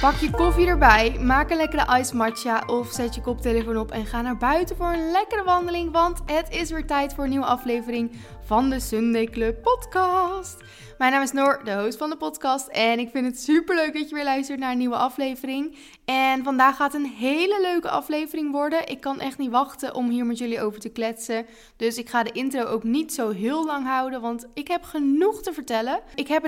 Pak je koffie erbij, maak een lekkere iced matcha of zet je koptelefoon op en ga naar buiten voor een lekkere wandeling, want het is weer tijd voor een nieuwe aflevering van de Sunday Club podcast. Mijn naam is Noor, de host van de podcast en ik vind het superleuk dat je weer luistert naar een nieuwe aflevering. En vandaag gaat een hele leuke aflevering worden. Ik kan echt niet wachten om hier met jullie over te kletsen. Dus ik ga de intro ook niet zo heel lang houden, want ik heb genoeg te vertellen. Ik heb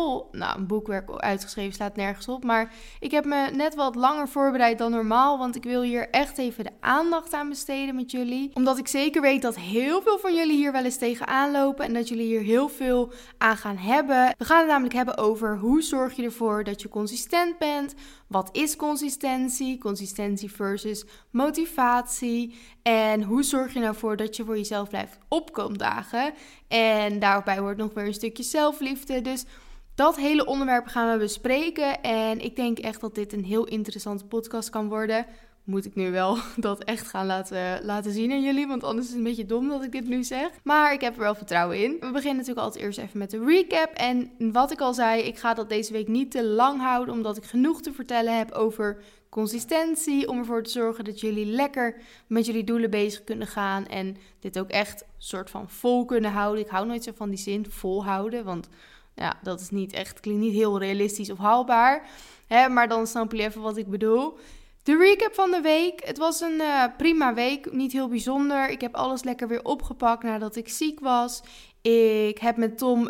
een boekwerk uitgeschreven, staat nergens op, maar ik heb me net wat langer voorbereid dan normaal, want ik wil hier echt even de aandacht aan besteden met jullie. Omdat ik zeker weet dat heel veel van jullie hier wel eens tegenaan lopen en dat jullie hier heel veel aan gaan hebben. We gaan het namelijk hebben over hoe zorg je ervoor dat je consistent bent. Wat is consistentie? Consistentie versus motivatie. En hoe zorg je nou voor dat je voor jezelf blijft opkomdagen? En daarbij hoort nog weer een stukje zelfliefde. Dus dat hele onderwerp gaan we bespreken. En ik denk echt dat dit een heel interessante podcast kan worden. Moet ik nu wel dat echt gaan laten zien aan jullie, want anders is het een beetje dom dat ik dit nu zeg. Maar ik heb er wel vertrouwen in. We beginnen natuurlijk altijd eerst even met de recap. En wat ik al zei, ik ga dat deze week niet te lang houden, omdat ik genoeg te vertellen heb over consistentie. Om ervoor te zorgen dat jullie lekker met jullie doelen bezig kunnen gaan. En dit ook echt soort van vol kunnen houden. Ik hou nooit zo van die zin, volhouden, want ja, dat is niet echt, klinkt niet heel realistisch of haalbaar. Maar dan snap je even wat ik bedoel. De recap van de week. Het was een prima week, niet heel bijzonder. Ik heb alles lekker weer opgepakt nadat ik ziek was. Ik heb met Tom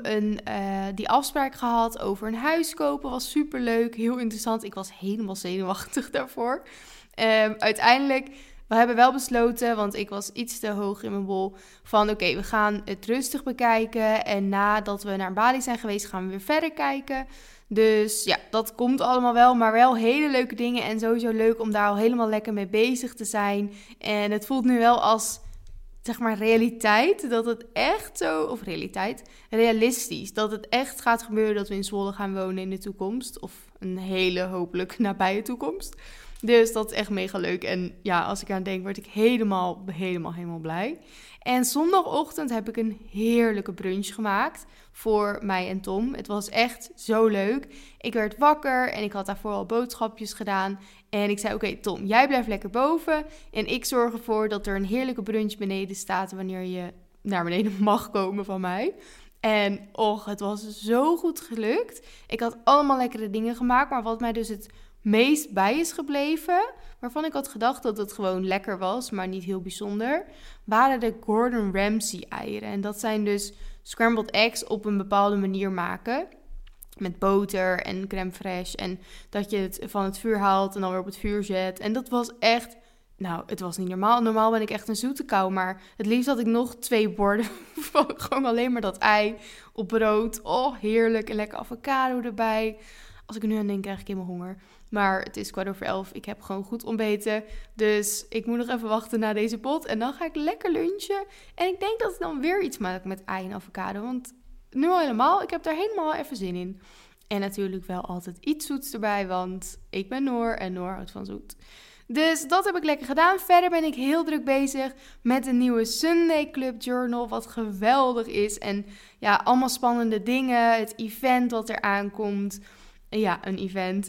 die afspraak gehad over een huis kopen. Was superleuk, heel interessant. Ik was helemaal zenuwachtig daarvoor. Uiteindelijk, we hebben wel besloten, want ik was iets te hoog in mijn bol, van oké, we gaan het rustig bekijken. En nadat we naar Bali zijn geweest, gaan we weer verder kijken. Dus ja, dat komt allemaal wel, maar wel hele leuke dingen en sowieso leuk om daar al helemaal lekker mee bezig te zijn. En het voelt nu wel als, zeg maar, realiteit, dat het echt zo, of realistisch, dat het echt gaat gebeuren dat we in Zwolle gaan wonen in de toekomst. Of een hele hopelijk nabije toekomst. Dus dat is echt mega leuk. En ja, als ik aan denk, word ik helemaal blij. En zondagochtend heb ik een heerlijke brunch gemaakt voor mij en Tom. Het was echt zo leuk. Ik werd wakker en ik had daarvoor al boodschapjes gedaan. En ik zei, oké, Tom, jij blijft lekker boven. En ik zorg ervoor dat er een heerlijke brunch beneden staat wanneer je naar beneden mag komen van mij. En het was zo goed gelukt. Ik had allemaal lekkere dingen gemaakt, maar wat mij dus het meest bij is gebleven, waarvan ik had gedacht dat het gewoon lekker was, maar niet heel bijzonder, waren de Gordon Ramsay eieren. En dat zijn dus scrambled eggs op een bepaalde manier maken. Met boter en crème fraîche. En dat je het van het vuur haalt en dan weer op het vuur zet. En dat was echt, het was niet normaal. Normaal ben ik echt een zoete kou, maar het liefst had ik nog 2 borden van gewoon alleen maar dat ei op brood. Oh, heerlijk. En lekker avocado erbij. Als ik er nu aan denk, krijg ik helemaal honger. Maar het is 11:15. Ik heb gewoon goed ontbeten. Dus ik moet nog even wachten na deze pot. En dan ga ik lekker lunchen. En ik denk dat ik dan weer iets maak met ei en avocado. Want nu al helemaal, ik heb daar helemaal even zin in. En natuurlijk wel altijd iets zoets erbij. Want ik ben Noor en Noor houdt van zoet. Dus dat heb ik lekker gedaan. Verder ben ik heel druk bezig met een nieuwe Sunday Club Journal. Wat geweldig is. En ja, allemaal spannende dingen. Het event wat er aankomt. Ja, een event.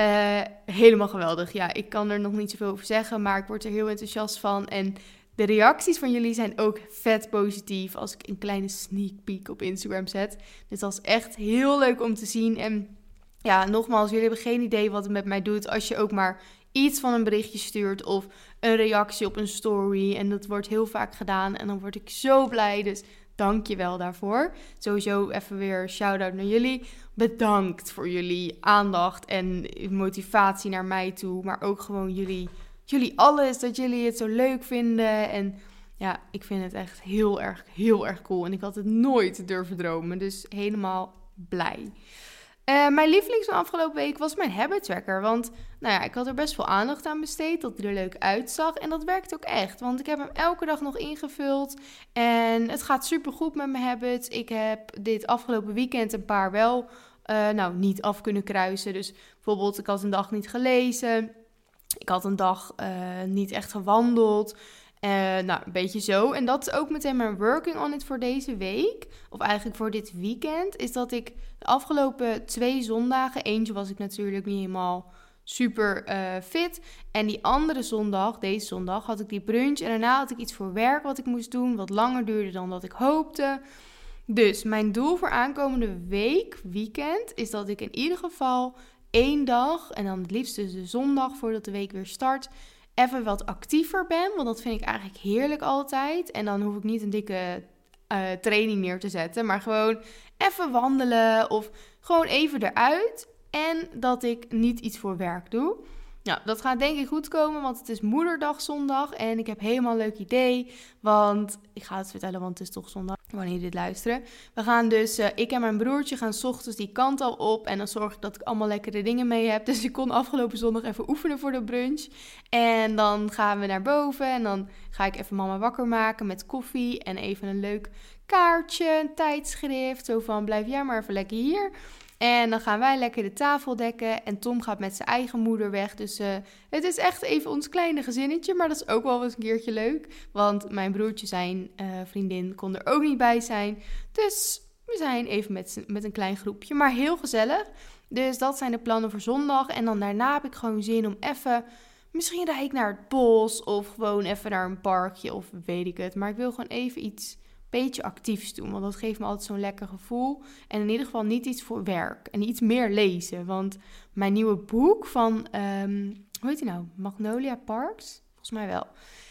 Helemaal geweldig. Ja, ik kan er nog niet zoveel over zeggen, maar ik word er heel enthousiast van. En de reacties van jullie zijn ook vet positief als ik een kleine sneak peek op Instagram zet. Dus dat is echt heel leuk om te zien. En ja, nogmaals, jullie hebben geen idee wat het met mij doet als je ook maar iets van een berichtje stuurt of een reactie op een story. En dat wordt heel vaak gedaan en dan word ik zo blij. Dus dank je wel daarvoor. Sowieso even weer shout-out naar jullie. Bedankt voor jullie aandacht en motivatie naar mij toe. Maar ook gewoon jullie alles, dat jullie het zo leuk vinden. En ja, ik vind het echt heel erg cool. En ik had het nooit durven dromen. Dus helemaal blij. Mijn lievelings van afgelopen week was mijn habit tracker. Want ik had er best veel aandacht aan besteed, dat hij er leuk uitzag. En dat werkt ook echt, want ik heb hem elke dag nog ingevuld. En het gaat supergoed met mijn habits. Ik heb dit afgelopen weekend een paar wel niet af kunnen kruisen. Dus bijvoorbeeld, ik had een dag niet gelezen. Ik had een dag niet echt gewandeld. Een beetje zo. En dat is ook meteen mijn working on it voor deze week. Of eigenlijk voor dit weekend. Is dat ik de afgelopen 2 zondagen... Eentje was ik natuurlijk niet helemaal super fit. En die andere zondag, deze zondag, had ik die brunch. En daarna had ik iets voor werk wat ik moest doen, wat langer duurde dan dat ik hoopte. Dus mijn doel voor aankomende weekend, is dat ik in ieder geval 1 dag, en dan het liefst dus de zondag voordat de week weer start, even wat actiever ben. Want dat vind ik eigenlijk heerlijk altijd. En dan hoef ik niet een dikke training neer te zetten, maar gewoon even wandelen of gewoon even eruit. En dat ik niet iets voor werk doe. Nou, dat gaat denk ik goed komen, want het is moederdag zondag. En ik heb helemaal een leuk idee, want ik ga het vertellen, want het is toch zondag, wanneer je dit luisteren. We gaan dus, ik en mijn broertje gaan 's ochtends die kant al op. En dan zorg ik dat ik allemaal lekkere dingen mee heb. Dus ik kon afgelopen zondag even oefenen voor de brunch. En dan gaan we naar boven en dan ga ik even mama wakker maken met koffie. En even een leuk kaartje, een tijdschrift. Zo van, blijf jij maar even lekker hier. En dan gaan wij lekker de tafel dekken. En Tom gaat met zijn eigen moeder weg. Dus het is echt even ons kleine gezinnetje. Maar dat is ook wel eens een keertje leuk. Want mijn broertje, zijn vriendin, kon er ook niet bij zijn. Dus we zijn even met een klein groepje. Maar heel gezellig. Dus dat zijn de plannen voor zondag. En dan daarna heb ik gewoon zin om even... Misschien rijd ik naar het bos. Of gewoon even naar een parkje. Of weet ik het. Maar ik wil gewoon even iets... beetje actiefs doen, want dat geeft me altijd zo'n lekker gevoel. En in ieder geval niet iets voor werk en iets meer lezen, want mijn nieuwe boek van, hoe heet die nou? Magnolia Parks? Volgens mij wel.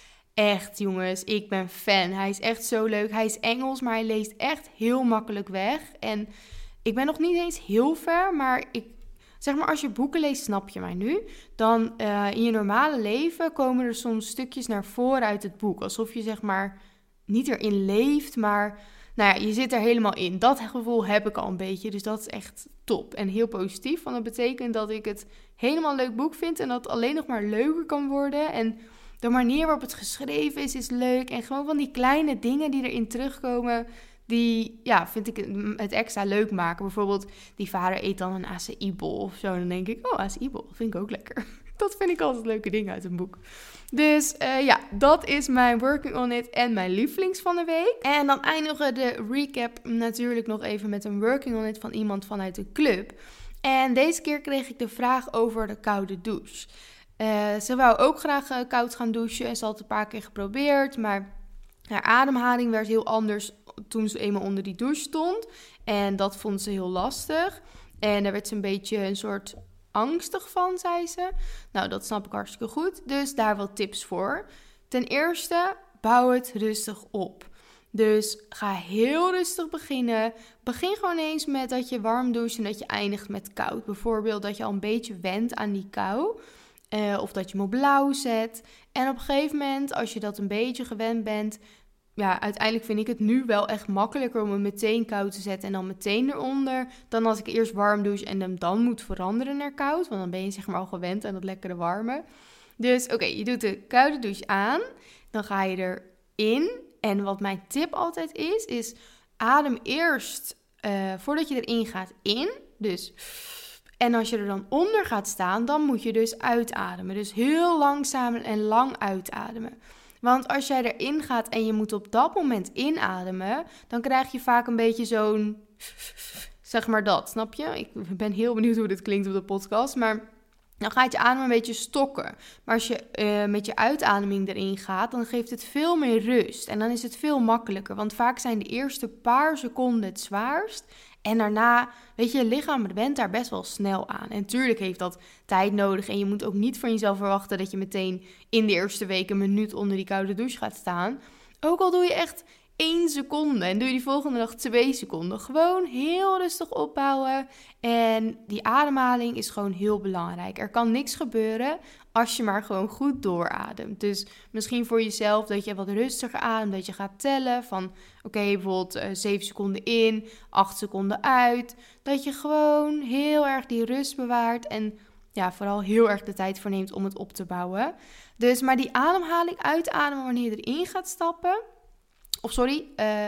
Echt jongens, ik ben fan. Hij is echt zo leuk. Hij is Engels, maar hij leest echt heel makkelijk weg. En ik ben nog niet eens heel ver, maar zeg maar, als je boeken leest, snap je mij nu. Dan in je normale leven komen er soms stukjes naar voren uit het boek, alsof je zeg maar niet erin leeft, maar nou ja, je zit er helemaal in. Dat gevoel heb ik al een beetje, dus dat is echt top en heel positief. Want dat betekent dat ik het helemaal een leuk boek vind en dat het alleen nog maar leuker kan worden. En de manier waarop het geschreven is leuk. En gewoon van die kleine dingen die erin terugkomen, die, ja, vind ik het extra leuk maken. Bijvoorbeeld, die vader eet dan een acai-bol of zo. Dan denk ik, oh, acai-bol, vind ik ook lekker. Dat vind ik altijd leuke dingen uit een boek. Dus ja, dat is mijn working on it en mijn lievelings van de week. En dan eindigen de recap natuurlijk nog even met een working on it van iemand vanuit de club. En deze keer kreeg ik de vraag over de koude douche. Ze wou ook graag koud gaan douchen. Ze had het een paar keer geprobeerd, maar haar ademhaling werd heel anders toen ze eenmaal onder die douche stond. En dat vond ze heel lastig. En daar werd ze een beetje een soort angstig van, zei ze. Nou, dat snap ik hartstikke goed. Dus daar wat tips voor. Ten eerste, bouw het rustig op. Dus ga heel rustig beginnen. Begin gewoon eens met dat je warm doucht en dat je eindigt met koud. Bijvoorbeeld dat je al een beetje went aan die kou. Of dat je hem op blauw zet. En op een gegeven moment, als je dat een beetje gewend bent, ja, uiteindelijk vind ik het nu wel echt makkelijker om hem meteen koud te zetten en dan meteen eronder, dan als ik eerst warm douche en hem dan moet veranderen naar koud. Want dan ben je zeg maar al gewend aan dat lekkere warme. Dus oké, je doet de koude douche aan, dan ga je erin. En wat mijn tip altijd is adem eerst, voordat je erin gaat, in. Dus, en als je er dan onder gaat staan, dan moet je dus uitademen. Dus heel langzaam en lang uitademen. Want als jij erin gaat en je moet op dat moment inademen, dan krijg je vaak een beetje zo'n, zeg maar dat, snap je? Ik ben heel benieuwd hoe dit klinkt op de podcast, maar dan gaat je adem een beetje stokken. Maar als je met je uitademing erin gaat, dan geeft het veel meer rust. En dan is het veel makkelijker, want vaak zijn de eerste paar seconden het zwaarst. En daarna, weet je, je lichaam bent daar best wel snel aan. En natuurlijk heeft dat tijd nodig. En je moet ook niet van jezelf verwachten dat je meteen in de eerste week een minuut onder die koude douche gaat staan. Ook al doe je echt 1 seconde en doe je die volgende dag 2 seconden. Gewoon heel rustig opbouwen. En die ademhaling is gewoon heel belangrijk. Er kan niks gebeuren als je maar gewoon goed doorademt. Dus misschien voor jezelf dat je wat rustiger ademt. Dat je gaat tellen van oké, bijvoorbeeld 7 seconden in, 8 seconden uit. Dat je gewoon heel erg die rust bewaart en ja, vooral heel erg de tijd voor neemt om het op te bouwen. Dus maar die ademhaling, uitademen wanneer je erin gaat stappen. Of sorry,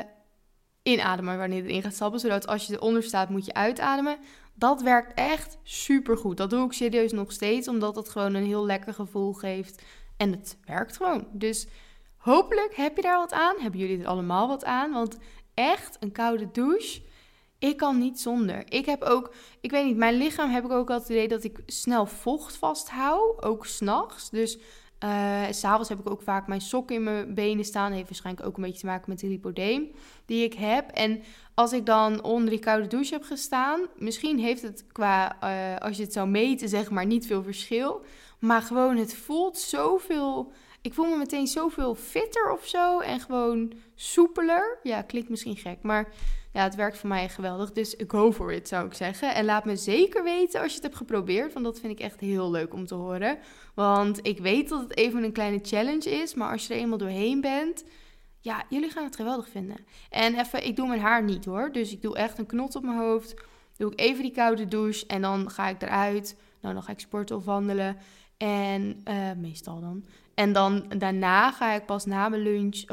inademen wanneer je erin gaat stappen. Zodat als je eronder staat moet je uitademen. Dat werkt echt supergoed. Dat doe ik serieus nog steeds. Omdat het gewoon een heel lekker gevoel geeft. En het werkt gewoon. Dus hopelijk heb je daar wat aan. Hebben jullie er allemaal wat aan. Want echt een koude douche. Ik kan niet zonder. Ik weet niet, mijn lichaam heb ik ook altijd het idee dat ik snel vocht vasthoud, ook 's nachts. Dus 's avonds heb ik ook vaak mijn sokken in mijn benen staan. Heeft waarschijnlijk ook een beetje te maken met de lipodeem die ik heb. En als ik dan onder die koude douche heb gestaan, misschien heeft het qua, als je het zou meten, zeg maar, niet veel verschil. Maar gewoon, het voelt zoveel. Ik voel me meteen zoveel fitter of zo. En gewoon soepeler. Ja, klinkt misschien gek, maar ja, het werkt voor mij geweldig. Dus go for it, zou ik zeggen. En laat me zeker weten als je het hebt geprobeerd. Want dat vind ik echt heel leuk om te horen. Want ik weet dat het even een kleine challenge is. Maar als je er eenmaal doorheen bent, ja, jullie gaan het geweldig vinden. En even, ik doe mijn haar niet hoor. Dus ik doe echt een knot op mijn hoofd. Doe ik even die koude douche. En dan ga ik eruit. Nou, dan ga ik sporten of wandelen. En meestal dan. En dan daarna ga ik pas na mijn lunch,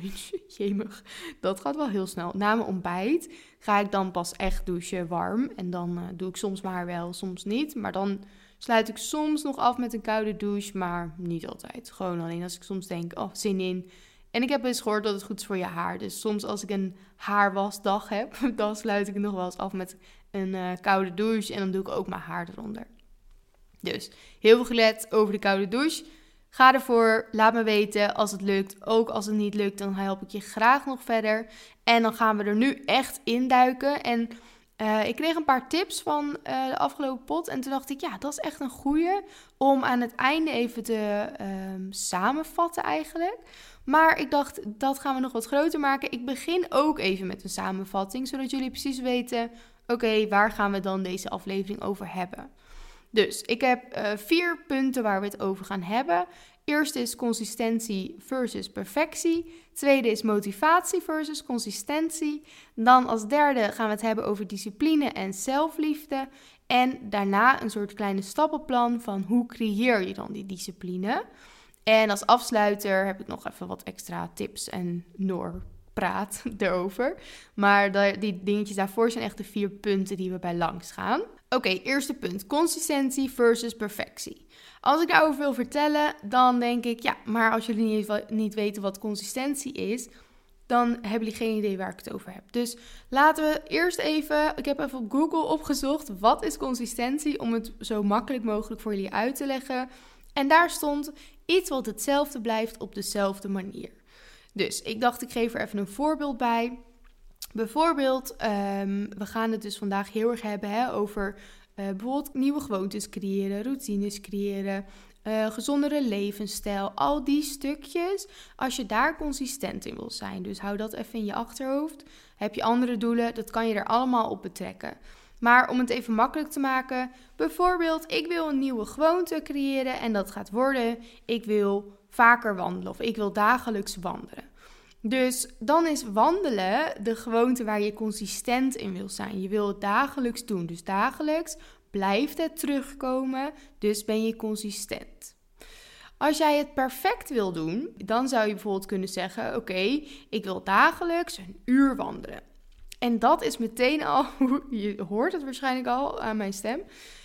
jemig, dat gaat wel heel snel. Na mijn ontbijt ga ik dan pas echt douchen warm. En dan doe ik soms mijn haar wel, soms niet. Maar dan sluit ik soms nog af met een koude douche, maar niet altijd. Gewoon alleen als ik soms denk, oh, zin in. En ik heb eens gehoord dat het goed is voor je haar. Dus soms als ik een haarwasdag heb, dan sluit ik het nog wel eens af met een koude douche. En dan doe ik ook mijn haar eronder. Dus heel veel gelet over de koude douche. Ga ervoor, laat me weten als het lukt. Ook als het niet lukt, dan help ik je graag nog verder. En dan gaan we er nu echt induiken. En ik kreeg een paar tips van de afgelopen pot. En toen dacht ik, ja, dat is echt een goeie om aan het einde even te samenvatten eigenlijk. Maar ik dacht, dat gaan we nog wat groter maken. Ik begin ook even met een samenvatting, zodat jullie precies weten, oké, waar gaan we dan deze aflevering over hebben? Dus ik heb 4 punten waar we het over gaan hebben. Eerste is consistentie versus perfectie. Tweede is motivatie versus consistentie. Dan als derde gaan we het hebben over discipline en zelfliefde. En daarna een soort kleine stappenplan van hoe creëer je dan die discipline. En als afsluiter heb ik nog even wat extra tips en praat erover. Maar die dingetjes daarvoor zijn echt de 4 punten die we bij langs gaan. Oké, eerste punt. Consistentie versus perfectie. Als ik daarover wil vertellen, dan denk ik, ja, maar als jullie niet weten wat consistentie is, dan hebben jullie geen idee waar ik het over heb. Dus laten we eerst even, ik heb even op Google opgezocht, wat is consistentie, om het zo makkelijk mogelijk voor jullie uit te leggen. En daar stond iets wat hetzelfde blijft op dezelfde manier. Dus ik dacht, ik geef er even een voorbeeld bij. Bijvoorbeeld, we gaan het dus vandaag heel erg hebben over bijvoorbeeld nieuwe gewoontes creëren, routines creëren, gezondere levensstijl. Al die stukjes, als je daar consistent in wil zijn. Dus hou dat even in je achterhoofd. Heb je andere doelen, dat kan je er allemaal op betrekken. Maar om het even makkelijk te maken, bijvoorbeeld, ik wil een nieuwe gewoonte creëren en dat gaat worden, ik wil vaker wandelen of ik wil dagelijks wandelen. Dus dan is wandelen de gewoonte waar je consistent in wil zijn. Je wil het dagelijks doen. Dus dagelijks blijft het terugkomen. Dus ben je consistent. Als jij het perfect wil doen, dan zou je bijvoorbeeld kunnen zeggen, oké, ik wil dagelijks 1 uur wandelen. En dat is meteen al, je hoort het waarschijnlijk al aan mijn stem.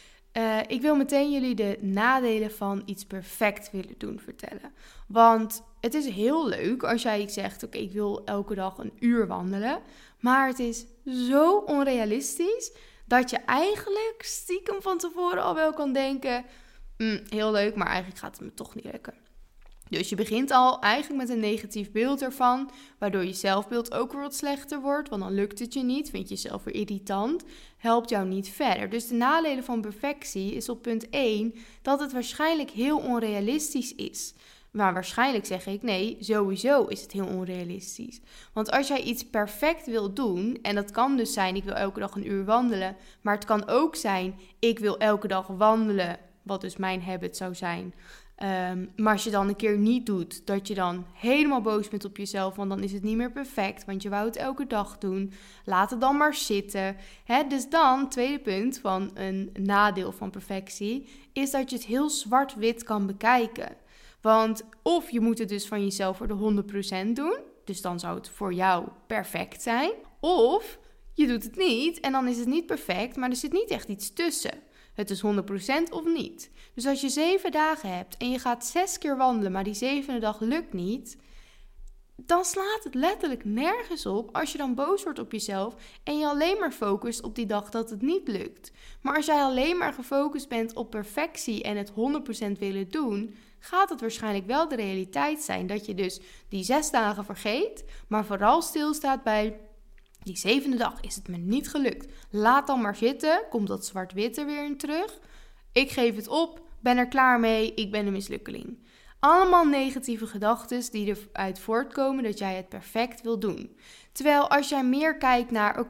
Ik wil meteen jullie de nadelen van iets perfect willen doen vertellen. Want het is heel leuk als jij zegt, oké, ik wil elke dag 1 uur wandelen. Maar het is zo onrealistisch dat je eigenlijk stiekem van tevoren al wel kan denken, heel leuk, maar eigenlijk gaat het me toch niet lukken. Dus je begint al eigenlijk met een negatief beeld ervan, waardoor je zelfbeeld ook weer wat slechter wordt, want dan lukt het je niet, vind je jezelf weer irritant, helpt jou niet verder. Dus de nadelen van perfectie is op punt 1 dat het waarschijnlijk heel onrealistisch is. Maar waarschijnlijk zeg ik, nee, sowieso is het heel onrealistisch. Want als jij iets perfect wil doen, en dat kan dus zijn, ik wil elke dag 1 uur wandelen, maar het kan ook zijn, ik wil elke dag wandelen, wat dus mijn habit zou zijn. Maar als je dan een keer niet doet, dat je dan helemaal boos bent op jezelf, want dan is het niet meer perfect, want je wou het elke dag doen. Laat het dan maar zitten. Dus dan, tweede punt van een nadeel van perfectie, is dat je het heel zwart-wit kan bekijken. Want of je moet het dus van jezelf voor de 100% doen, dus dan zou het voor jou perfect zijn. Of je doet het niet en dan is het niet perfect, maar er zit niet echt iets tussen. Het is 100% of niet. Dus als je 7 dagen hebt en je gaat 6 keer wandelen, maar die 7e dag lukt niet, dan slaat het letterlijk nergens op als je dan boos wordt op jezelf en je alleen maar focust op die dag dat het niet lukt. Maar als jij alleen maar gefocust bent op perfectie en het 100% willen doen, gaat het waarschijnlijk wel de realiteit zijn dat je dus die 6 dagen vergeet, maar vooral stilstaat bij die 7e dag is het me niet gelukt. Laat dan maar zitten, komt dat zwart-wit er weer in terug. Ik geef het op, ben er klaar mee, ik ben een mislukkeling. Allemaal negatieve gedachten die eruit voortkomen dat jij het perfect wil doen. Terwijl als jij meer kijkt naar,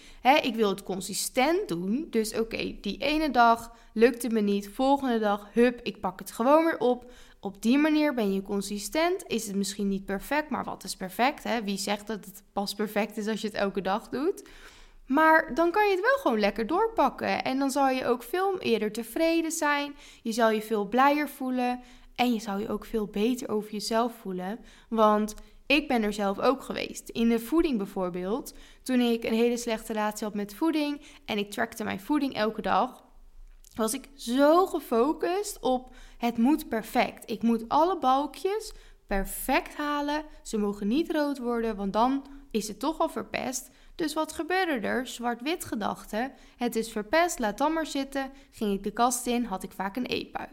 ik wil het consistent doen. Dus die ene dag lukt het me niet, volgende dag, ik pak het gewoon weer op. Op die manier ben je consistent. Is het misschien niet perfect, maar wat is perfect? Hè? Wie zegt dat het pas perfect is als je het elke dag doet? Maar dan kan je het wel gewoon lekker doorpakken. En dan zal je ook veel eerder tevreden zijn. Je zal je veel blijer voelen. En je zou je ook veel beter over jezelf voelen. Want ik ben er zelf ook geweest. In de voeding bijvoorbeeld. Toen ik een hele slechte relatie had met voeding. En ik trackte mijn voeding elke dag. Was ik zo gefocust op het moet perfect. Ik moet alle balkjes perfect halen. Ze mogen niet rood worden, want dan is het toch al verpest. Dus wat gebeurde er? Zwart-wit gedachten. Het is verpest, laat dan maar zitten. Ging ik de kast in, had ik vaak een eetbui.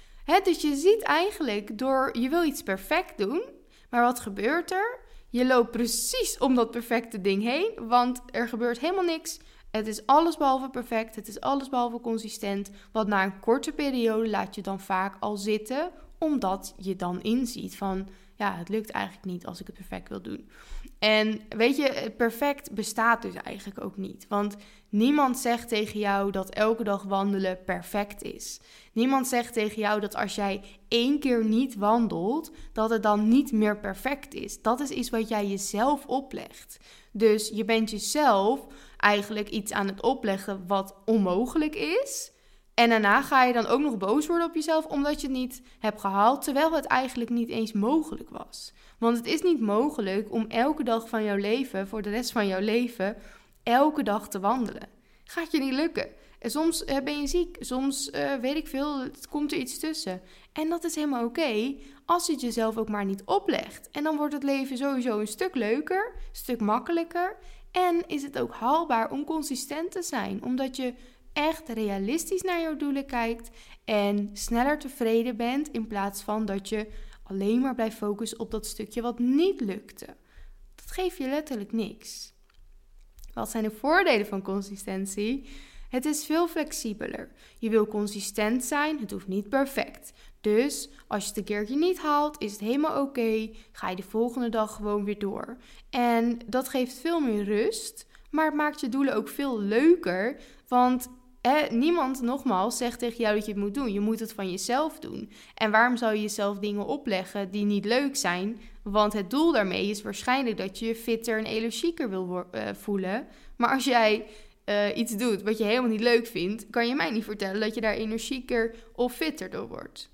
Dus je ziet eigenlijk je wil iets perfect doen, maar wat gebeurt er? Je loopt precies om dat perfecte ding heen, want er gebeurt helemaal niks. Het is allesbehalve perfect, het is allesbehalve consistent. Want na een korte periode laat je dan vaak al zitten, omdat je dan inziet van, het lukt eigenlijk niet als ik het perfect wil doen. En weet je, perfect bestaat dus eigenlijk ook niet. Want niemand zegt tegen jou dat elke dag wandelen perfect is. Niemand zegt tegen jou dat als jij 1 keer niet wandelt, dat het dan niet meer perfect is. Dat is iets wat jij jezelf oplegt. Dus je bent jezelf eigenlijk iets aan het opleggen wat onmogelijk is. En daarna ga je dan ook nog boos worden op jezelf omdat je het niet hebt gehaald, terwijl het eigenlijk niet eens mogelijk was. Want het is niet mogelijk om elke dag van jouw leven, voor de rest van jouw leven, elke dag te wandelen. Gaat je niet lukken. En soms ben je ziek, soms weet ik veel, het komt er iets tussen. En dat is helemaal oké, als je het jezelf ook maar niet oplegt. En dan wordt het leven sowieso een stuk leuker, een stuk makkelijker. En is het ook haalbaar om consistent te zijn, omdat je echt realistisch naar jouw doelen kijkt en sneller tevreden bent in plaats van dat je alleen maar blijft focussen op dat stukje wat niet lukte. Dat geeft je letterlijk niks. Wat zijn de voordelen van consistentie? Het is veel flexibeler. Je wil consistent zijn, het hoeft niet perfect. Dus als je het een keertje niet haalt, is het helemaal oké. Ga je de volgende dag gewoon weer door. En dat geeft veel meer rust, maar het maakt je doelen ook veel leuker. Want niemand, nogmaals, zegt tegen jou dat je het moet doen. Je moet het van jezelf doen. En waarom zou je jezelf dingen opleggen die niet leuk zijn? Want het doel daarmee is waarschijnlijk dat je je fitter en energieker wil voelen. Maar als jij iets doet wat je helemaal niet leuk vindt, kan je mij niet vertellen dat je daar energieker of fitter door wordt.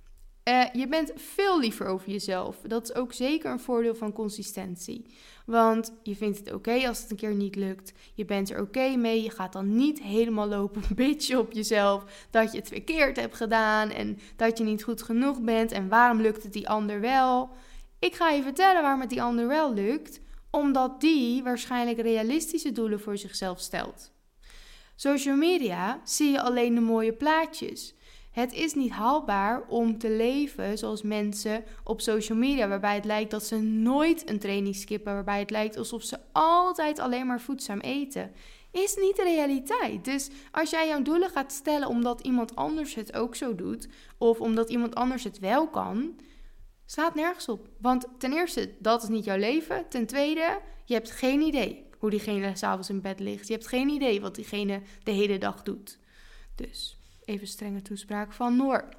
Je bent veel liever over jezelf. Dat is ook zeker een voordeel van consistentie. Want je vindt het oké als het een keer niet lukt. Je bent er oké mee. Je gaat dan niet helemaal lopen bitchen op jezelf dat je het verkeerd hebt gedaan en dat je niet goed genoeg bent en waarom lukt het die ander wel. Ik ga je vertellen waarom het die ander wel lukt, omdat die waarschijnlijk realistische doelen voor zichzelf stelt. Social media zie je alleen de mooie plaatjes. Het is niet haalbaar om te leven zoals mensen op social media, waarbij het lijkt dat ze nooit een training skippen, waarbij het lijkt alsof ze altijd alleen maar voedzaam eten. Is niet de realiteit. Dus als jij jouw doelen gaat stellen omdat iemand anders het ook zo doet, of omdat iemand anders het wel kan, slaat nergens op. Want ten eerste, dat is niet jouw leven. Ten tweede, je hebt geen idee hoe diegene 's avonds in bed ligt. Je hebt geen idee wat diegene de hele dag doet. Dus even strenge toespraak van Noor.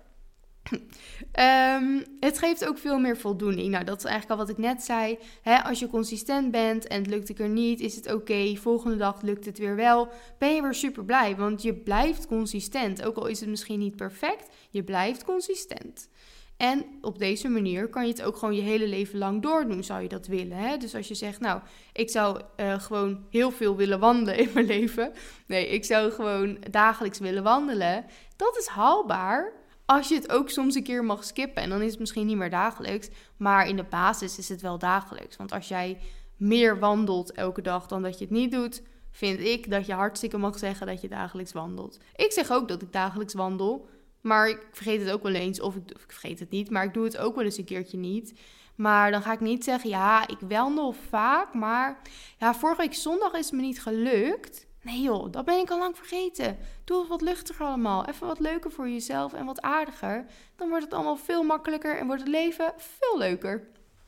Het geeft ook veel meer voldoening. Nou, dat is eigenlijk al wat ik net zei. Als je consistent bent en het lukt een keer niet, is het oké. Volgende dag lukt het weer wel. Ben je weer super blij, want je blijft consistent. Ook al is het misschien niet perfect, je blijft consistent. En op deze manier kan je het ook gewoon je hele leven lang doordoen, zou je dat willen. Hè? Dus als je zegt, nou, ik zou gewoon heel veel willen wandelen in mijn leven. Nee, ik zou gewoon dagelijks willen wandelen. Dat is haalbaar Als je het ook soms een keer mag skippen. En dan is het misschien niet meer dagelijks. Maar in de basis is het wel dagelijks. Want als jij meer wandelt elke dag dan dat je het niet doet, vind ik dat je hartstikke mag zeggen dat je dagelijks wandelt. Ik zeg ook dat ik dagelijks wandel. Maar ik vergeet het ook wel eens. Of ik vergeet het niet. Maar ik doe het ook wel eens een keertje niet. Maar dan ga ik niet zeggen, ja, ik wandel vaak. Maar ja, vorige week zondag is het me niet gelukt. Nee joh, dat ben ik al lang vergeten. Doe het wat luchtiger allemaal. Even wat leuker voor jezelf en wat aardiger. Dan wordt het allemaal veel makkelijker en wordt het leven veel leuker.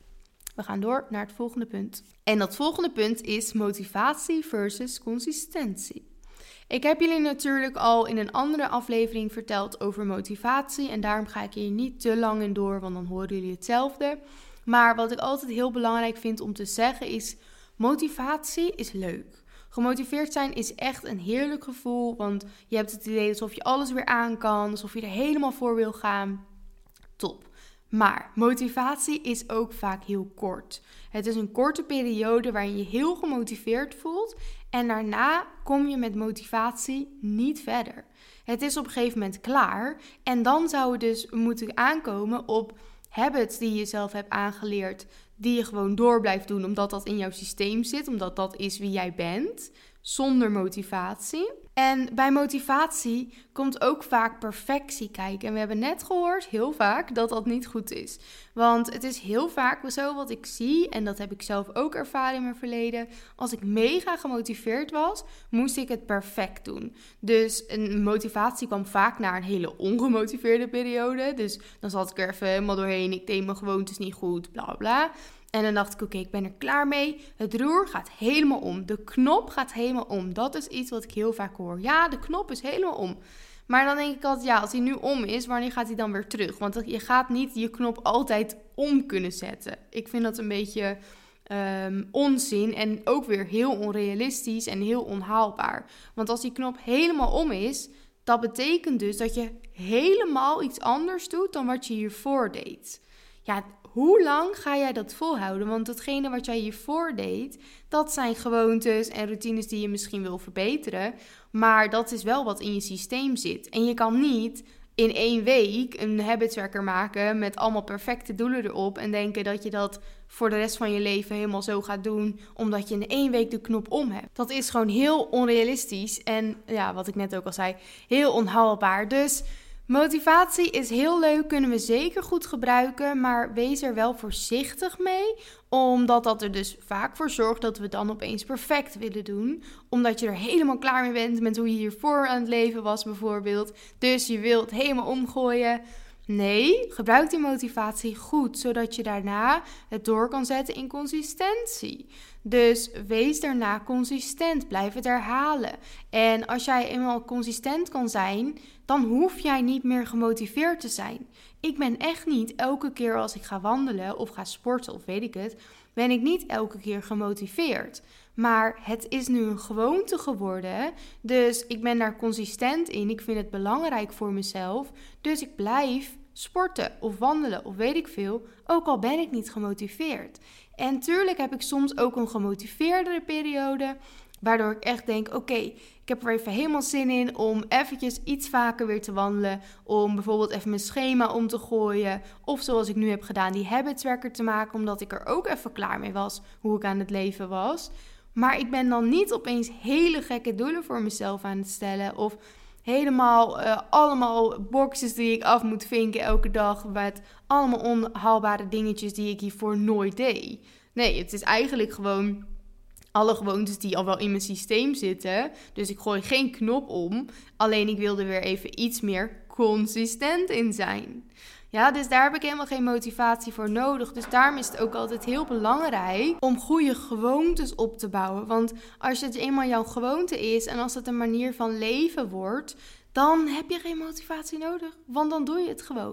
We gaan door naar het volgende punt. En dat volgende punt is motivatie versus consistentie. Ik heb jullie natuurlijk al in een andere aflevering verteld over motivatie. En daarom ga ik hier niet te lang in door, want dan horen jullie hetzelfde. Maar wat ik altijd heel belangrijk vind om te zeggen is, motivatie is leuk. Gemotiveerd zijn is echt een heerlijk gevoel, want je hebt het idee alsof je alles weer aan kan, alsof je er helemaal voor wil gaan. Top. Maar motivatie is ook vaak heel kort. Het is een korte periode waarin je heel gemotiveerd voelt en daarna kom je met motivatie niet verder. Het is op een gegeven moment klaar en dan zou je dus moeten aankomen op habits die je zelf hebt aangeleerd, die je gewoon door blijft doen omdat dat in jouw systeem zit, omdat dat is wie jij bent, zonder motivatie. En bij motivatie komt ook vaak perfectie kijken. En we hebben net gehoord, heel vaak, dat dat niet goed is. Want het is heel vaak zo wat ik zie, en dat heb ik zelf ook ervaren in mijn verleden. Als ik mega gemotiveerd was, moest ik het perfect doen. Dus een motivatie kwam vaak naar een hele ongemotiveerde periode. Dus dan zat ik er even helemaal doorheen, ik deed mijn gewoontes niet goed, bla bla. En dan dacht ik, oké, ik ben er klaar mee. Het roer gaat helemaal om. De knop gaat helemaal om. Dat is iets wat ik heel vaak hoor. Ja, de knop is helemaal om. Maar dan denk ik altijd, ja, als hij nu om is, wanneer gaat hij dan weer terug? Want je gaat niet je knop altijd om kunnen zetten. Ik vind dat een beetje onzin en ook weer heel onrealistisch en heel onhaalbaar. Want als die knop helemaal om is, dat betekent dus dat je helemaal iets anders doet dan wat je hiervoor deed. Ja, hoe lang ga jij dat volhouden? Want hetgene wat jij hiervoor deed, dat zijn gewoontes en routines die je misschien wil verbeteren. Maar dat is wel wat in je systeem zit. En je kan niet in 1 week een habitswerker maken met allemaal perfecte doelen erop en denken dat je dat voor de rest van je leven helemaal zo gaat doen, omdat je in 1 week de knop om hebt. Dat is gewoon heel onrealistisch en ja, wat ik net ook al zei, heel onhaalbaar. Dus motivatie is heel leuk, kunnen we zeker goed gebruiken, maar wees er wel voorzichtig mee, omdat dat er dus vaak voor zorgt dat we dan opeens perfect willen doen, omdat je er helemaal klaar mee bent met hoe je hiervoor aan het leven was bijvoorbeeld, dus je wilt helemaal omgooien. Nee, gebruik die motivatie goed, zodat je daarna het door kan zetten in consistentie. Dus wees daarna consistent, blijf het herhalen. En als jij eenmaal consistent kan zijn, dan hoef jij niet meer gemotiveerd te zijn. Ik ben echt niet elke keer als ik ga wandelen of ga sporten of weet ik het, ben ik niet elke keer gemotiveerd. Maar het is nu een gewoonte geworden, dus ik ben daar consistent in. Ik vind het belangrijk voor mezelf, dus ik blijf sporten of wandelen of weet ik veel, ook al ben ik niet gemotiveerd. En tuurlijk heb ik soms ook een gemotiveerdere periode, waardoor ik echt denk, oké, ik heb er even helemaal zin in om eventjes iets vaker weer te wandelen, om bijvoorbeeld even mijn schema om te gooien, of zoals ik nu heb gedaan, die habitswerker te maken, omdat ik er ook even klaar mee was hoe ik aan het leven was. Maar ik ben dan niet opeens hele gekke doelen voor mezelf aan het stellen, of helemaal allemaal boxes die ik af moet vinken elke dag, met allemaal onhaalbare dingetjes die ik hiervoor nooit deed. Nee, het is eigenlijk gewoon alle gewoontes die al wel in mijn systeem zitten. Dus ik gooi geen knop om. Alleen ik wilde weer even iets meer consistent in zijn. Ja, dus daar heb ik helemaal geen motivatie voor nodig. Dus daarom is het ook altijd heel belangrijk om goede gewoontes op te bouwen. Want als het eenmaal jouw gewoonte is en als het een manier van leven wordt, dan heb je geen motivatie nodig. Want dan doe je het gewoon.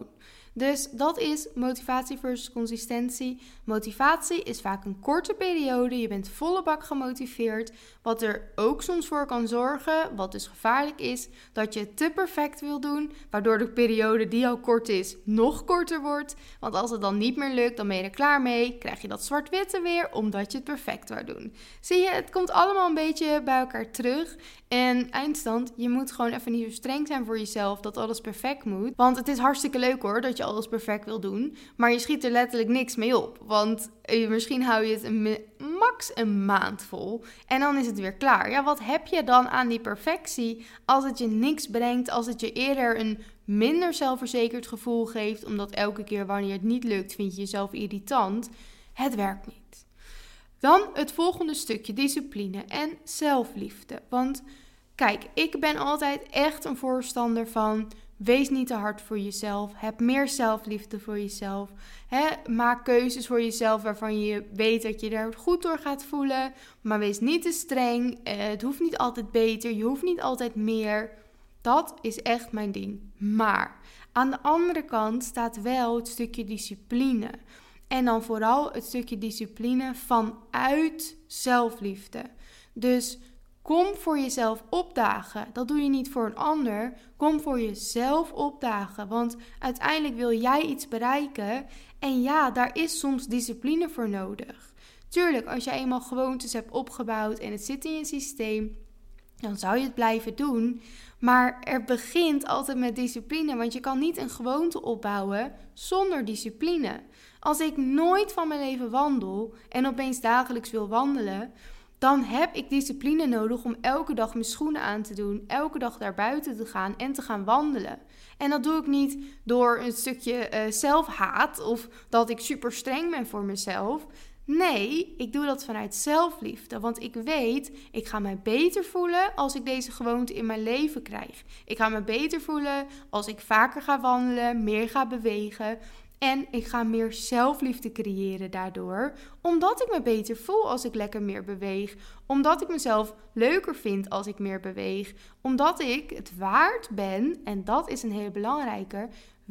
Dus dat is motivatie versus consistentie. Motivatie is vaak een korte periode. Je bent volle bak gemotiveerd. Wat er ook soms voor kan zorgen, wat dus gevaarlijk is, dat je het te perfect wil doen, waardoor de periode die al kort is, nog korter wordt. Want als het dan niet meer lukt, dan ben je er klaar mee. Krijg je dat zwart-witte weer, omdat je het perfect wou doen. Zie je, het komt allemaal een beetje bij elkaar terug. En eindstand, je moet gewoon even niet zo streng zijn voor jezelf dat alles perfect moet. Want het is hartstikke leuk hoor, dat je alles perfect wil doen. Maar je schiet er letterlijk niks mee op. Want misschien hou je het max een maand vol. En dan is het weer klaar. Ja, wat heb je dan aan die perfectie als het je niks brengt? Als het je eerder een minder zelfverzekerd gevoel geeft. Omdat elke keer wanneer het niet lukt, vind je jezelf irritant. Het werkt niet. Dan het volgende stukje, discipline en zelfliefde. Want kijk, ik ben altijd echt een voorstander van wees niet te hard voor jezelf. Heb meer zelfliefde voor jezelf. Maak keuzes voor jezelf waarvan je weet dat je er goed door gaat voelen. Maar wees niet te streng. Het hoeft niet altijd beter. Je hoeft niet altijd meer. Dat is echt mijn ding. Maar aan de andere kant staat wel het stukje discipline. En dan vooral het stukje discipline vanuit zelfliefde. Dus kom voor jezelf opdagen. Dat doe je niet voor een ander. Kom voor jezelf opdagen. Want uiteindelijk wil jij iets bereiken. En ja, daar is soms discipline voor nodig. Tuurlijk, als je eenmaal gewoontes hebt opgebouwd en het zit in je systeem, dan zou je het blijven doen. Maar er begint altijd met discipline. Want je kan niet een gewoonte opbouwen zonder discipline. Als ik nooit van mijn leven wandel en opeens dagelijks wil wandelen, dan heb ik discipline nodig om elke dag mijn schoenen aan te doen, elke dag naar buiten te gaan en te gaan wandelen. En dat doe ik niet door een stukje zelfhaat of dat ik super streng ben voor mezelf. Nee, ik doe dat vanuit zelfliefde, want ik weet, ik ga me beter voelen als ik deze gewoonte in mijn leven krijg. Ik ga me beter voelen als ik vaker ga wandelen, meer ga bewegen. En ik ga meer zelfliefde creëren daardoor. Omdat ik me beter voel als ik lekker meer beweeg. Omdat ik mezelf leuker vind als ik meer beweeg. Omdat ik het waard ben, en dat is een hele belangrijke,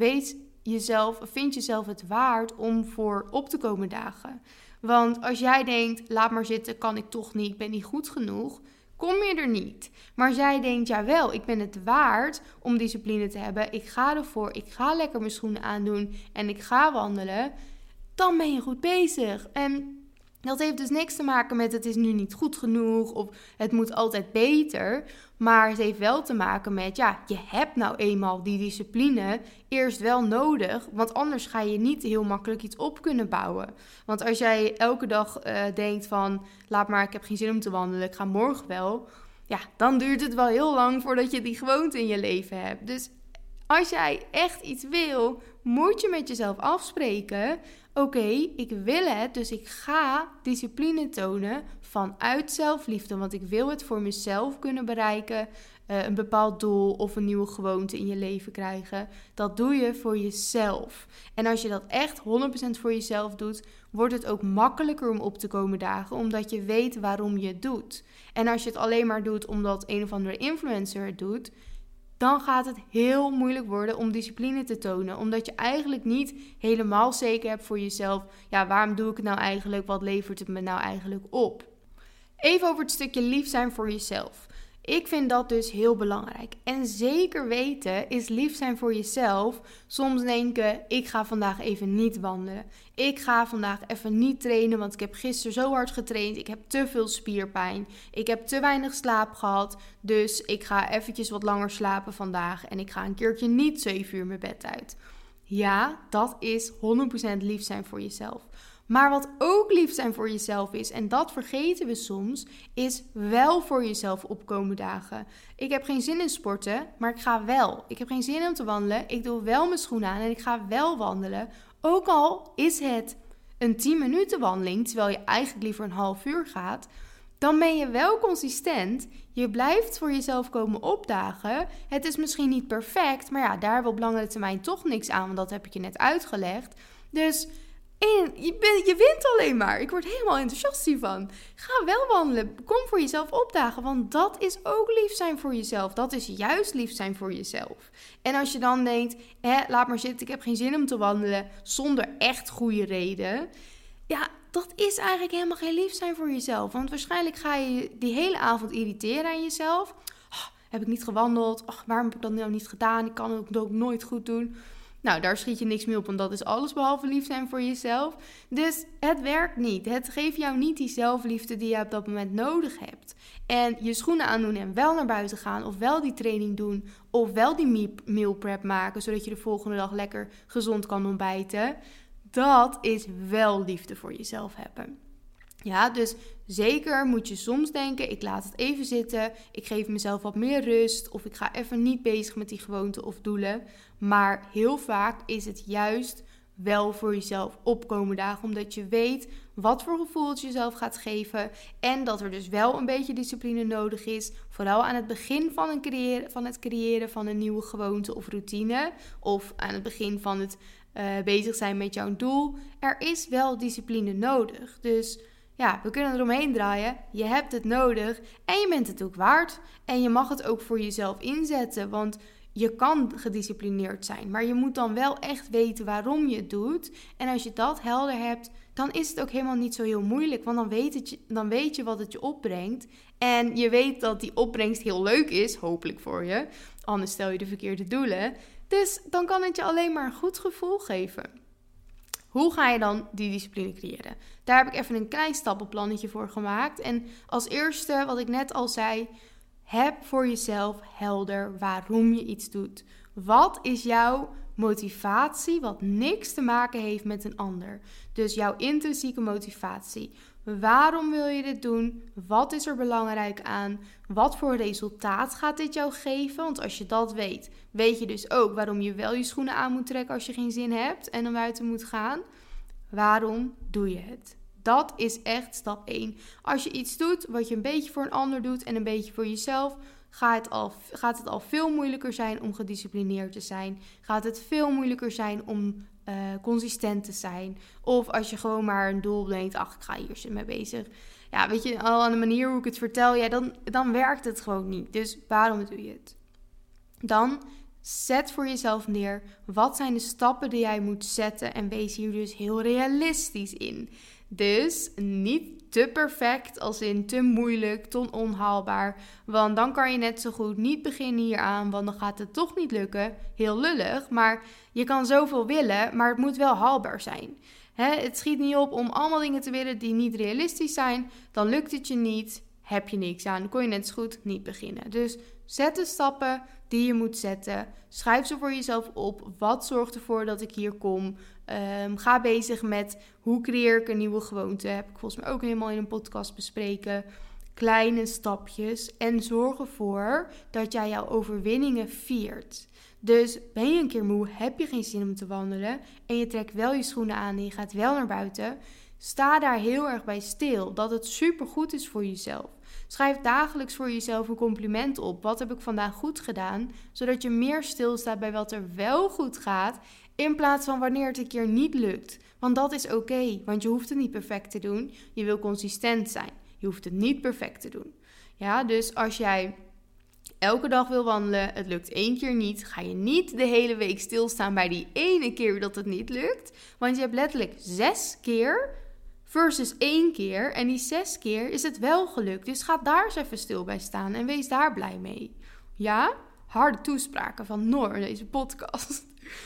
vind jezelf het waard om voor op te komen dagen. Want als jij denkt, laat maar zitten, kan ik toch niet, ik ben niet goed genoeg, kom je er niet. Maar als jij denkt, jawel, ik ben het waard om discipline te hebben, ik ga ervoor, ik ga lekker mijn schoenen aandoen en ik ga wandelen, dan ben je goed bezig. En dat heeft dus niks te maken met het is nu niet goed genoeg of het moet altijd beter. Maar het heeft wel te maken met, ja, je hebt nou eenmaal die discipline eerst wel nodig. Want anders ga je niet heel makkelijk iets op kunnen bouwen. Want als jij elke dag denkt van, laat maar, ik heb geen zin om te wandelen, ik ga morgen wel. Ja, dan duurt het wel heel lang voordat je die gewoonte in je leven hebt. Dus als jij echt iets wil, moet je met jezelf afspreken. Oké, ik wil het, dus ik ga discipline tonen vanuit zelfliefde. Want ik wil het voor mezelf kunnen bereiken, een bepaald doel of een nieuwe gewoonte in je leven krijgen. Dat doe je voor jezelf. En als je dat echt 100% voor jezelf doet, wordt het ook makkelijker om op te komen dagen, omdat je weet waarom je het doet. En als je het alleen maar doet omdat een of andere influencer het doet, dan gaat het heel moeilijk worden om discipline te tonen. Omdat je eigenlijk niet helemaal zeker hebt voor jezelf. Ja, waarom doe ik het nou eigenlijk? Wat levert het me nou eigenlijk op? Even over het stukje lief zijn voor jezelf. Ik vind dat dus heel belangrijk. En zeker weten is lief zijn voor jezelf. Soms denken, ik ga vandaag even niet wandelen. Ik ga vandaag even niet trainen, want ik heb gisteren zo hard getraind. Ik heb te veel spierpijn. Ik heb te weinig slaap gehad. Dus ik ga eventjes wat langer slapen vandaag. En ik ga een keertje niet 7 uur mijn bed uit. Ja, dat is 100% lief zijn voor jezelf. Maar wat ook lief zijn voor jezelf is, en dat vergeten we soms, is wel voor jezelf opkomen dagen. Ik heb geen zin in sporten, maar ik ga wel. Ik heb geen zin om te wandelen, ik doe wel mijn schoenen aan en ik ga wel wandelen. Ook al is het een 10 minuten wandeling, terwijl je eigenlijk liever een half uur gaat, dan ben je wel consistent. Je blijft voor jezelf komen opdagen. Het is misschien niet perfect, maar ja, daar hebben we op lange termijn toch niks aan, want dat heb ik je net uitgelegd. Dus En je wint alleen maar. Ik word helemaal enthousiast hiervan. Ga wel wandelen. Kom voor jezelf opdagen. Want dat is ook lief zijn voor jezelf. Dat is juist lief zijn voor jezelf. En als je dan denkt, laat maar zitten, ik heb geen zin om te wandelen. Zonder echt goede reden. Ja, dat is eigenlijk helemaal geen lief zijn voor jezelf. Want waarschijnlijk ga je die hele avond irriteren aan jezelf. Heb ik niet gewandeld? Waarom heb ik dat nou niet gedaan? Ik kan het ook nooit goed doen. Nou, daar schiet je niks mee op, want dat is alles behalve lief zijn voor jezelf. Dus het werkt niet. Het geeft jou niet die zelfliefde die je op dat moment nodig hebt. En je schoenen aandoen en wel naar buiten gaan, of wel die training doen, of wel die meal prep maken, zodat je de volgende dag lekker gezond kan ontbijten. Dat is wel liefde voor jezelf hebben. Ja, dus zeker moet je soms denken, ik laat het even zitten, ik geef mezelf wat meer rust, of ik ga even niet bezig met die gewoonten of doelen. Maar heel vaak is het juist wel voor jezelf opkomen dagen, omdat je weet wat voor gevoel het jezelf gaat geven en dat er dus wel een beetje discipline nodig is, vooral aan het begin van het creëren van een nieuwe gewoonte of routine, of aan het begin van het bezig zijn met jouw doel. Er is wel discipline nodig, dus ja, we kunnen eromheen draaien. Je hebt het nodig en je bent het ook waard. En je mag het ook voor jezelf inzetten, want je kan gedisciplineerd zijn. Maar je moet dan wel echt weten waarom je het doet. En als je dat helder hebt, dan is het ook helemaal niet zo heel moeilijk. Want dan weet je wat het je opbrengt. En je weet dat die opbrengst heel leuk is, hopelijk voor je. Anders stel je de verkeerde doelen. Dus dan kan het je alleen maar een goed gevoel geven. Hoe ga je dan die discipline creëren? Daar heb ik even een klein stappenplannetje voor gemaakt. En als eerste, wat ik net al zei, heb voor jezelf helder waarom je iets doet. Wat is jouw motivatie wat niks te maken heeft met een ander? Dus jouw intrinsieke motivatie. Waarom wil je dit doen? Wat is er belangrijk aan? Wat voor resultaat gaat dit jou geven? Want als je dat weet, weet je dus ook waarom je wel je schoenen aan moet trekken als je geen zin hebt en naar buiten moet gaan. Waarom doe je het? Dat is echt stap 1. Als je iets doet wat je een beetje voor een ander doet en een beetje voor jezelf, gaat het al veel moeilijker zijn om gedisciplineerd te zijn. Gaat het veel moeilijker zijn om consistent te zijn. Of als je gewoon maar een doel denkt, ik ga hier mee bezig. Ja, weet je, al aan de manier hoe ik het vertel, ja, dan werkt het gewoon niet. Dus waarom doe je het? Dan zet voor jezelf neer, wat zijn de stappen die jij moet zetten en wees hier dus heel realistisch in. Dus niet te perfect, als in te moeilijk, te onhaalbaar. Want dan kan je net zo goed niet beginnen hieraan, want dan gaat het toch niet lukken. Heel lullig, maar je kan zoveel willen, maar het moet wel haalbaar zijn. Het schiet niet op om allemaal dingen te willen die niet realistisch zijn. Dan lukt het je niet, heb je niks aan. Dan kon je net zo goed niet beginnen. Dus zet de stappen die je moet zetten. Schrijf ze voor jezelf op. Wat zorgt ervoor dat ik hier kom? Ga bezig met hoe creëer ik een nieuwe gewoonte. Heb ik volgens mij ook helemaal in een podcast bespreken. Kleine stapjes. En zorg ervoor dat jij jouw overwinningen viert. Dus ben je een keer moe, heb je geen zin om te wandelen en je trekt wel je schoenen aan en je gaat wel naar buiten. Sta daar heel erg bij stil dat het supergoed is voor jezelf. Schrijf dagelijks voor jezelf een compliment op. Wat heb ik vandaag goed gedaan? Zodat je meer stilstaat bij wat er wel goed gaat, in plaats van wanneer het een keer niet lukt. Want dat is oké, want je hoeft het niet perfect te doen. Je wil consistent zijn. Je hoeft het niet perfect te doen. Ja, dus als jij elke dag wil wandelen, het lukt 1 keer niet, ga je niet de hele week stilstaan bij die ene keer dat het niet lukt. Want je hebt letterlijk 6 keer versus 1 keer. En die 6 keer is het wel gelukt. Dus ga daar eens even stil bij staan en wees daar blij mee. Ja? Harde toespraken van Noor in deze podcast.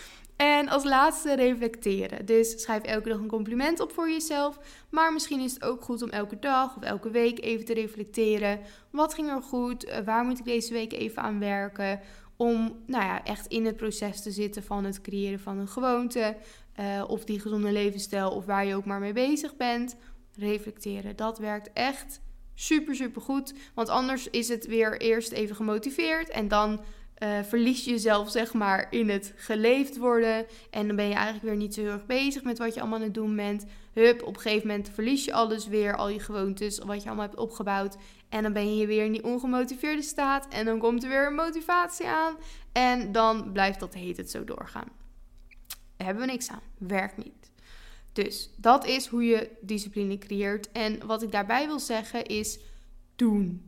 En als laatste reflecteren. Dus schrijf elke dag een compliment op voor jezelf. Maar misschien is het ook goed om elke dag of elke week even te reflecteren. Wat ging er goed? Waar moet ik deze week even aan werken? Om echt in het proces te zitten van het creëren van een gewoonte. Of die gezonde levensstijl of waar je ook maar mee bezig bent. Reflecteren, dat werkt echt super, super goed. Want anders is het weer eerst even gemotiveerd en dan verlies je jezelf zeg maar in het geleefd worden. En dan ben je eigenlijk weer niet zo heel erg bezig met wat je allemaal aan het doen bent. Op een gegeven moment verlies je alles weer, al je gewoontes, wat je allemaal hebt opgebouwd. En dan ben je weer in die ongemotiveerde staat. En dan komt er weer een motivatie aan. En dan blijft dat de hele tijd zo doorgaan. Daar hebben we niks aan. Werkt niet. Dus dat is hoe je discipline creëert. En wat ik daarbij wil zeggen is doen.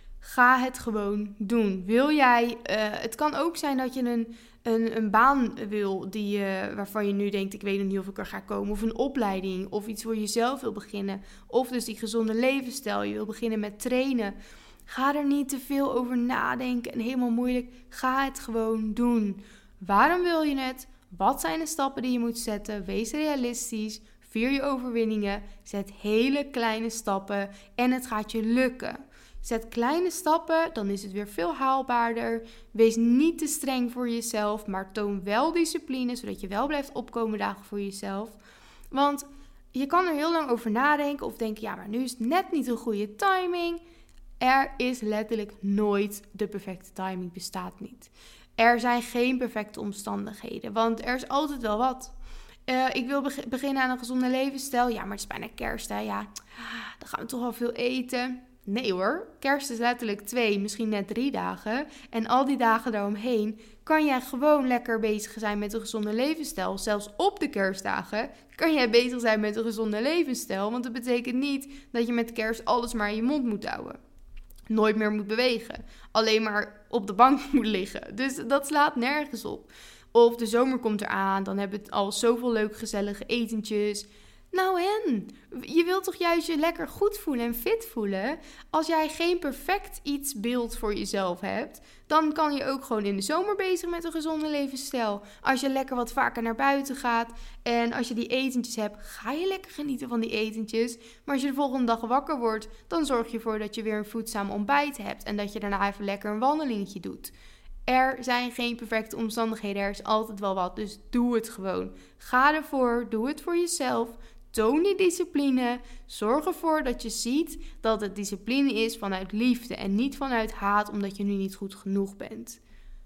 Ga het gewoon doen. Wil jij, het kan ook zijn dat je een baan wil waarvan je nu denkt, ik weet nog niet of ik er ga komen. Of een opleiding, of iets voor jezelf wil beginnen. Of dus die gezonde levensstijl, je wil beginnen met trainen. Ga er niet te veel over nadenken en helemaal moeilijk. Ga het gewoon doen. Waarom wil je het? Wat zijn de stappen die je moet zetten? Wees realistisch. Vier je overwinningen. Zet hele kleine stappen en het gaat je lukken. Zet kleine stappen, dan is het weer veel haalbaarder. Wees niet te streng voor jezelf, maar toon wel discipline, zodat je wel blijft opkomen dagen voor jezelf. Want je kan er heel lang over nadenken of denken, ja, maar nu is het net niet een goede timing. Er is letterlijk nooit de perfecte timing, bestaat niet. Er zijn geen perfecte omstandigheden, want er is altijd wel wat. Ik wil beginnen aan een gezonde levensstijl. Ja, maar het is bijna kerst, hè? Ja, dan gaan we toch wel veel eten. Nee hoor, kerst is letterlijk 2, misschien net 3 dagen. En al die dagen daaromheen kan jij gewoon lekker bezig zijn met een gezonde levensstijl. Zelfs op de kerstdagen kan jij bezig zijn met een gezonde levensstijl. Want dat betekent niet dat je met kerst alles maar in je mond moet houden. Nooit meer moet bewegen. Alleen maar op de bank moet liggen. Dus dat slaat nergens op. Of de zomer komt eraan, dan hebben we al zoveel leuke gezellige etentjes. Nou en, je wilt toch juist je lekker goed voelen en fit voelen? Als jij geen perfect iets beeld voor jezelf hebt, dan kan je ook gewoon in de zomer bezig met een gezonde levensstijl. Als je lekker wat vaker naar buiten gaat en als je die etentjes hebt, ga je lekker genieten van die etentjes. Maar als je de volgende dag wakker wordt, dan zorg je ervoor dat je weer een voedzaam ontbijt hebt en dat je daarna even lekker een wandelingetje doet. Er zijn geen perfecte omstandigheden, er is altijd wel wat, dus doe het gewoon. Ga ervoor, doe het voor jezelf. Toon die discipline. Zorg ervoor dat je ziet dat het discipline is vanuit liefde en niet vanuit haat omdat je nu niet goed genoeg bent.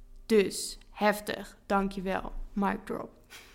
Dus, heftig. Dankjewel. Mic drop.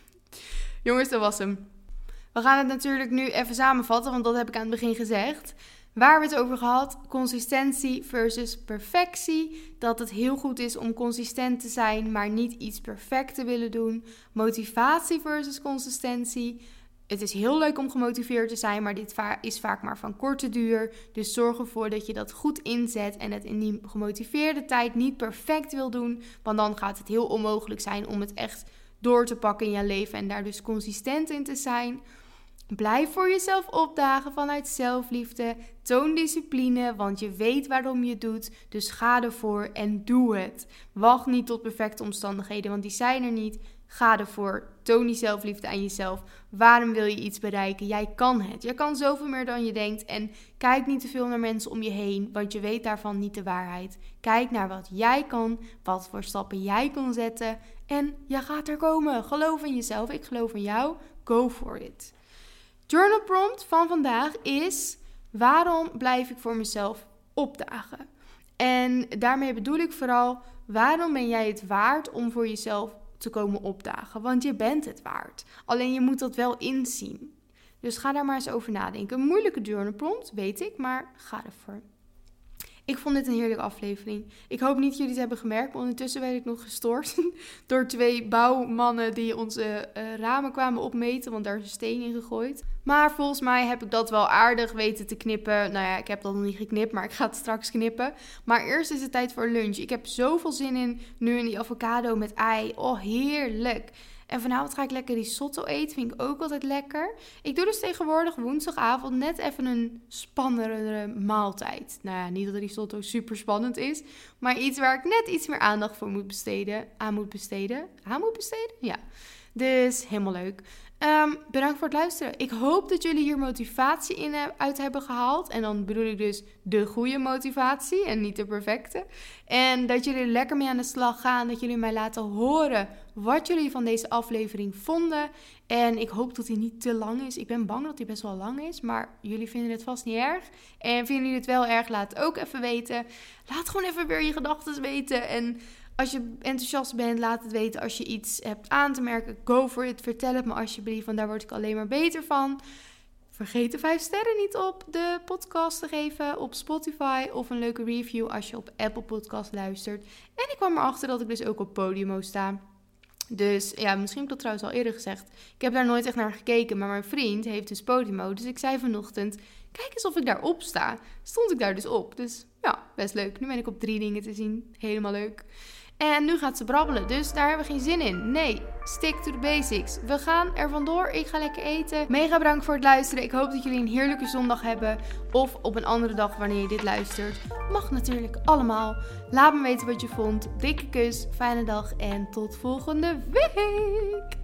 Jongens, dat was hem. We gaan het natuurlijk nu even samenvatten, want dat heb ik aan het begin gezegd. Waar we het over gehad, consistentie versus perfectie. Dat het heel goed is om consistent te zijn, maar niet iets perfect te willen doen. Motivatie versus consistentie. Het is heel leuk om gemotiveerd te zijn, maar dit is vaak maar van korte duur. Dus zorg ervoor dat je dat goed inzet en het in die gemotiveerde tijd niet perfect wil doen. Want dan gaat het heel onmogelijk zijn om het echt door te pakken in je leven en daar dus consistent in te zijn. Blijf voor jezelf opdagen vanuit zelfliefde. Toon discipline, want je weet waarom je het doet. Dus ga ervoor en doe het. Wacht niet tot perfecte omstandigheden, want die zijn er niet. Ga ervoor. Toon die zelfliefde aan jezelf. Waarom wil je iets bereiken? Jij kan het. Je kan zoveel meer dan je denkt. En kijk niet te veel naar mensen om je heen, want je weet daarvan niet de waarheid. Kijk naar wat jij kan, wat voor stappen jij kan zetten. En je gaat er komen. Geloof in jezelf. Ik geloof in jou. Go for it. Journal prompt van vandaag is: waarom blijf ik voor mezelf opdagen? En daarmee bedoel ik vooral, waarom ben jij het waard om voor jezelf te komen opdagen? Want je bent het waard. Alleen je moet dat wel inzien. Dus ga daar maar eens over nadenken. Een moeilijke journal prompt, weet ik, maar ga ervoor. Ik vond dit een heerlijke aflevering. Ik hoop niet dat jullie het hebben gemerkt, maar ondertussen werd ik nog gestoord door 2 bouwmannen die onze ramen kwamen opmeten, want daar is een steen in gegooid. Maar volgens mij heb ik dat wel aardig weten te knippen. Nou ja, ik heb dat nog niet geknipt, maar ik ga het straks knippen. Maar eerst is het tijd voor lunch. Ik heb zoveel zin in die avocado met ei. Oh, heerlijk. En vanavond ga ik lekker risotto eten. Vind ik ook altijd lekker. Ik doe dus tegenwoordig woensdagavond net even een spannendere maaltijd. Nou ja, niet dat risotto super spannend is. Maar iets waar ik net iets meer aandacht voor moet besteden. Aan moet besteden? Ja. Dus helemaal leuk. Bedankt voor het luisteren. Ik hoop dat jullie hier motivatie uit hebben gehaald. En dan bedoel ik dus de goede motivatie en niet de perfecte. En dat jullie er lekker mee aan de slag gaan. Dat jullie mij laten horen wat jullie van deze aflevering vonden. En ik hoop dat hij niet te lang is. Ik ben bang dat hij best wel lang is. Maar jullie vinden het vast niet erg. En vinden jullie het wel erg, laat het ook even weten. Laat gewoon even weer je gedachten weten. En als je enthousiast bent, laat het weten. Als je iets hebt aan te merken, go for it. Vertel het me alsjeblieft, want daar word ik alleen maar beter van. Vergeet de 5 sterren niet op de podcast te geven op Spotify. Of een leuke review als je op Apple Podcast luistert. En ik kwam erachter dat ik dus ook op Podimo sta. Dus ja, misschien heb ik dat trouwens al eerder gezegd. Ik heb daar nooit echt naar gekeken, maar mijn vriend heeft dus Podimo. Dus ik zei vanochtend, kijk eens of ik daarop sta. Stond ik daar dus op. Dus ja, best leuk. Nu ben ik op 3 dingen te zien. Helemaal leuk. En nu gaat ze brabbelen, dus daar hebben we geen zin in. Nee, stick to the basics. We gaan er vandoor. Ik ga lekker eten. Mega bedankt voor het luisteren. Ik hoop dat jullie een heerlijke zondag hebben. Of op een andere dag wanneer je dit luistert. Mag natuurlijk allemaal. Laat me weten wat je vond. Dikke kus, fijne dag en tot volgende week.